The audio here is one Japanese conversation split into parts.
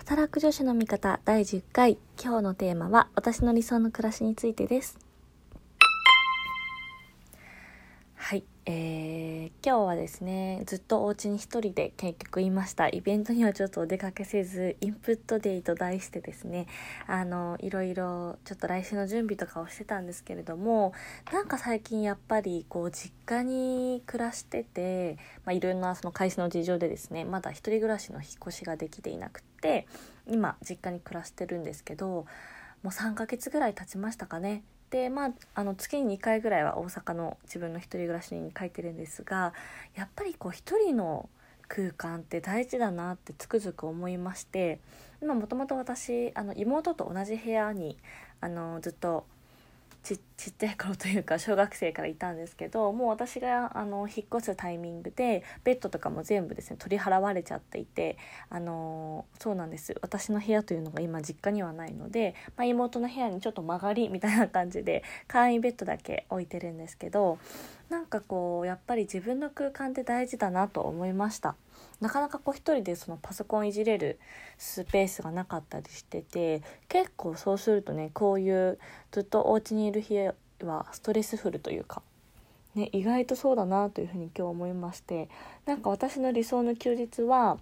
働く女子の味方第10回。今日のテーマは私の理想の暮らしについてです。はい、今日はですね、ずっとお家に一人で結局いました。イベントにはちょっとお出かけせず、インプットデイと題してですね、いろいろちょっと来週の準備とかをしてたんですけれども、なんか最近やっぱり実家に暮らしてて、いろんなその会社の事情でですね、まだ一人暮らしの引っ越しができていなくて、今実家に暮らしてるんですけど、もう3ヶ月ぐらい経ちましたかね。で月に2回ぐらいは大阪の自分の一人暮らしに帰ってるんですが、やっぱり一人の空間って大事だなってつくづく思いまして、今もともと私妹と同じ部屋にずっとちっちゃい頃というか小学生からいたんですけど、もう私が引っ越すタイミングでベッドとかも全部ですね取り払われちゃっていて、そうなんです。私の部屋というのが今実家にはないので、妹の部屋にちょっと曲がりみたいな感じで簡易ベッドだけ置いてるんですけど、なんかやっぱり自分の空間って大事だなと思いました。なかなか一人でそのパソコンいじれるスペースがなかったりしてて、結構そうするとね、こういうずっとお家にいる日はストレスフルというかね、意外とそうだなというふうに今日思いまして、なんか私の理想の休日は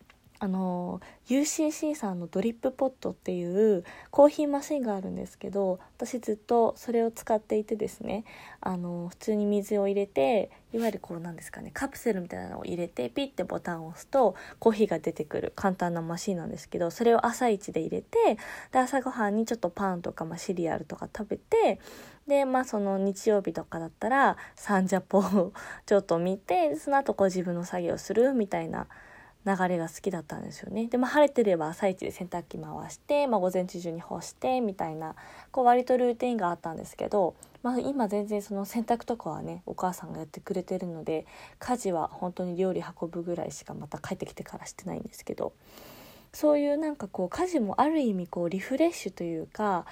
UCC さんのドリップポットっていうコーヒーマシンがあるんですけど、私ずっとそれを使っていてですね、普通に水を入れて、いわゆるなんですかね、カプセルみたいなのを入れてピッてボタンを押すとコーヒーが出てくる簡単なマシンなんですけど、それを朝一で入れて、で朝ごはんにちょっとパンとか、シリアルとか食べて、でその日曜日とかだったらサンジャポをちょっと見て、その後自分の作業をするみたいな流れが好きだったんですよね。で晴れてれば朝一で洗濯機回して、午前中に干してみたいな割とルーティンがあったんですけど、今全然その洗濯とかはねお母さんがやってくれてるので、家事は本当に料理運ぶぐらいしかまた帰ってきてからしてないんですけど、そういう家事もある意味リフレッシュというか、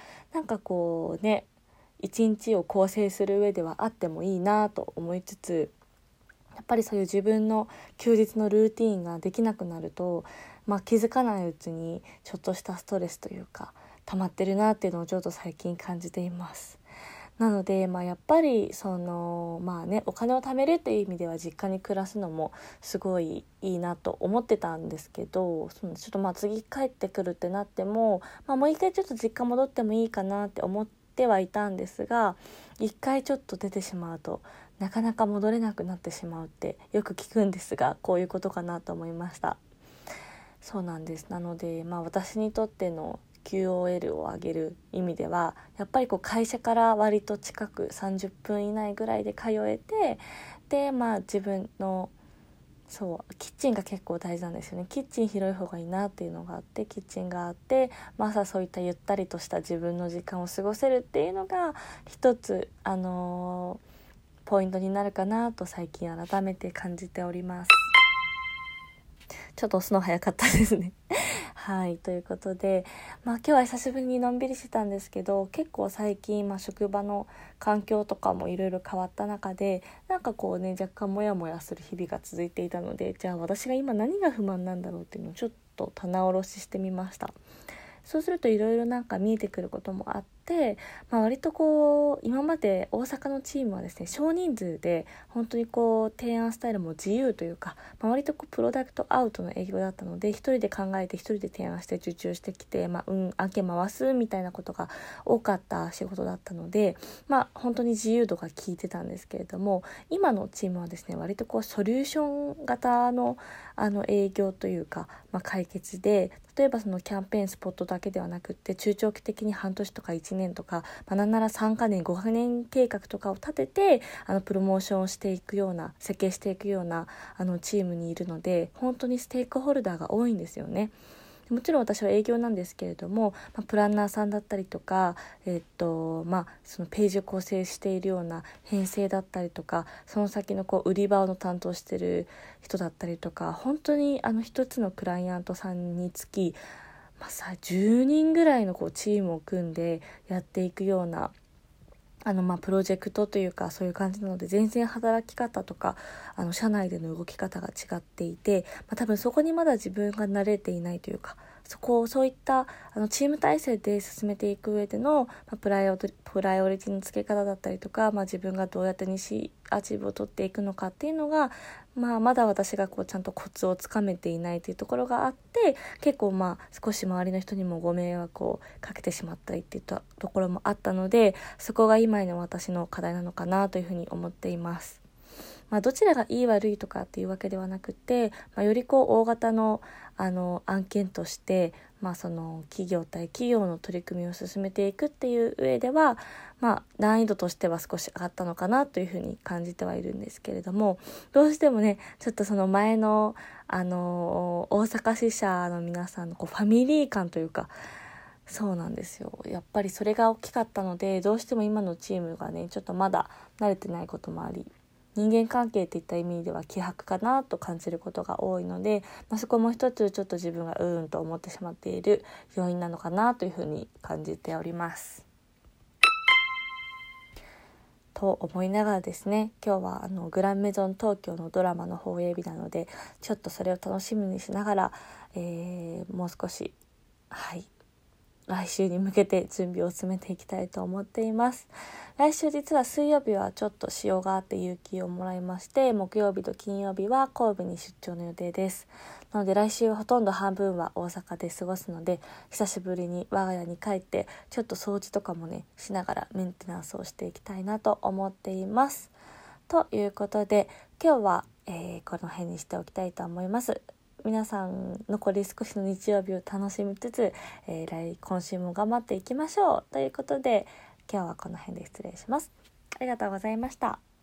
一日を構成する上ではあってもいいなと思いつつ、やっぱりそういう自分の休日のルーティーンができなくなると、気づかないうちにちょっとしたストレスというか溜まってるなっていうのをちょっと最近感じています。なのでやっぱりお金を貯めるっていう意味では実家に暮らすのもすごいいいなと思ってたんですけど、ちょっと次帰ってくるってなっても、もう一回ちょっと実家戻ってもいいかなって思ってはいたんですが、一回ちょっと出てしまうとなかなか戻れなくなってしまうってよく聞くんですが、こういうことかなと思いました。そうなんです。なので私にとっての QOL を上げる意味では、やっぱり会社から割と近く30分以内ぐらいで通えて、で自分のキッチンが結構大事なんですよね。キッチン広い方がいいなっていうのがあって、キッチンがあって、朝そういったゆったりとした自分の時間を過ごせるっていうのが一つポイントになるかなと最近改めて感じております。ちょっと押すの早かったですねはい、ということで、今日は久しぶりにのんびりしてたんですけど、結構最近、職場の環境とかもいろいろ変わった中で、若干モヤモヤする日々が続いていたので、じゃあ私が今何が不満なんだろうっていうのをちょっと棚卸ししてみました。そうするといろいろ見えてくることもあって、割と今まで大阪のチームはですね、少人数で本当に提案スタイルも自由というか、割とプロダクトアウトの営業だったので、一人で考えて一人で提案して受注してきて、案件回すみたいなことが多かった仕事だったので、本当に自由度が効いてたんですけれども、今のチームはですね、割とソリューション型の営業というか、解決で、例えばそのキャンペーンスポットだけではなくって、中長期的に半年とか1年とか、なんなら3カ年5カ年計画とかを立ててプロモーションをしていくような、設計していくようなチームにいるので、本当にステークホルダーが多いんですよね。もちろん私は営業なんですけれども、プランナーさんだったりとか、そのページを構成しているような編成だったりとか、その先の売り場の担当している人だったりとか、本当に一つのクライアントさんにつき、10人ぐらいのチームを組んでやっていくようなプロジェクトというか、そういう感じなので、全然働き方とか社内での動き方が違っていて、多分そこにまだ自分が慣れていないというか、 そういったチーム体制で進めていく上での、プライオリティの付け方だったりとか、自分がどうやってイニシアチブを取っていくのかっていうのが、まだ私がちゃんとコツをつかめていないというところがあって、結構少し周りの人にもご迷惑をかけてしまったりっていったところもあったので、そこが今の私の課題なのかなというふうに思っています。どちらがいい悪いとかっていうわけではなくて、より大型の案件として、その企業対企業の取り組みを進めていくっていう上では、難易度としては少し上がったのかなというふうに感じてはいるんですけれども、どうしてもねちょっとその前の大阪支社の皆さんのファミリー感というか、そうなんですよ。やっぱりそれが大きかったので、どうしても今のチームがねちょっとまだ慣れてないこともあり、人間関係っていった意味では希薄かなと感じることが多いので、そこも一つちょっと自分がと思ってしまっている要因なのかなというふうに感じております。と思いながらですね、今日はグランメゾン東京のドラマの放映日なので、ちょっとそれを楽しみにしながら、もう少し来週に向けて準備を進めていきたいと思っています。来週実は水曜日はちょっと潮があって有給をもらいまして、木曜日と金曜日は神戸に出張の予定です。なので来週はほとんど半分は大阪で過ごすので、久しぶりに我が家に帰ってちょっと掃除とかもねしながらメンテナンスをしていきたいなと思っています。ということで今日は、この辺にしておきたいと思います。皆さん残り少しの日曜日を楽しみつつ、今週も頑張っていきましょうということで、今日はこの辺で失礼します。ありがとうございました。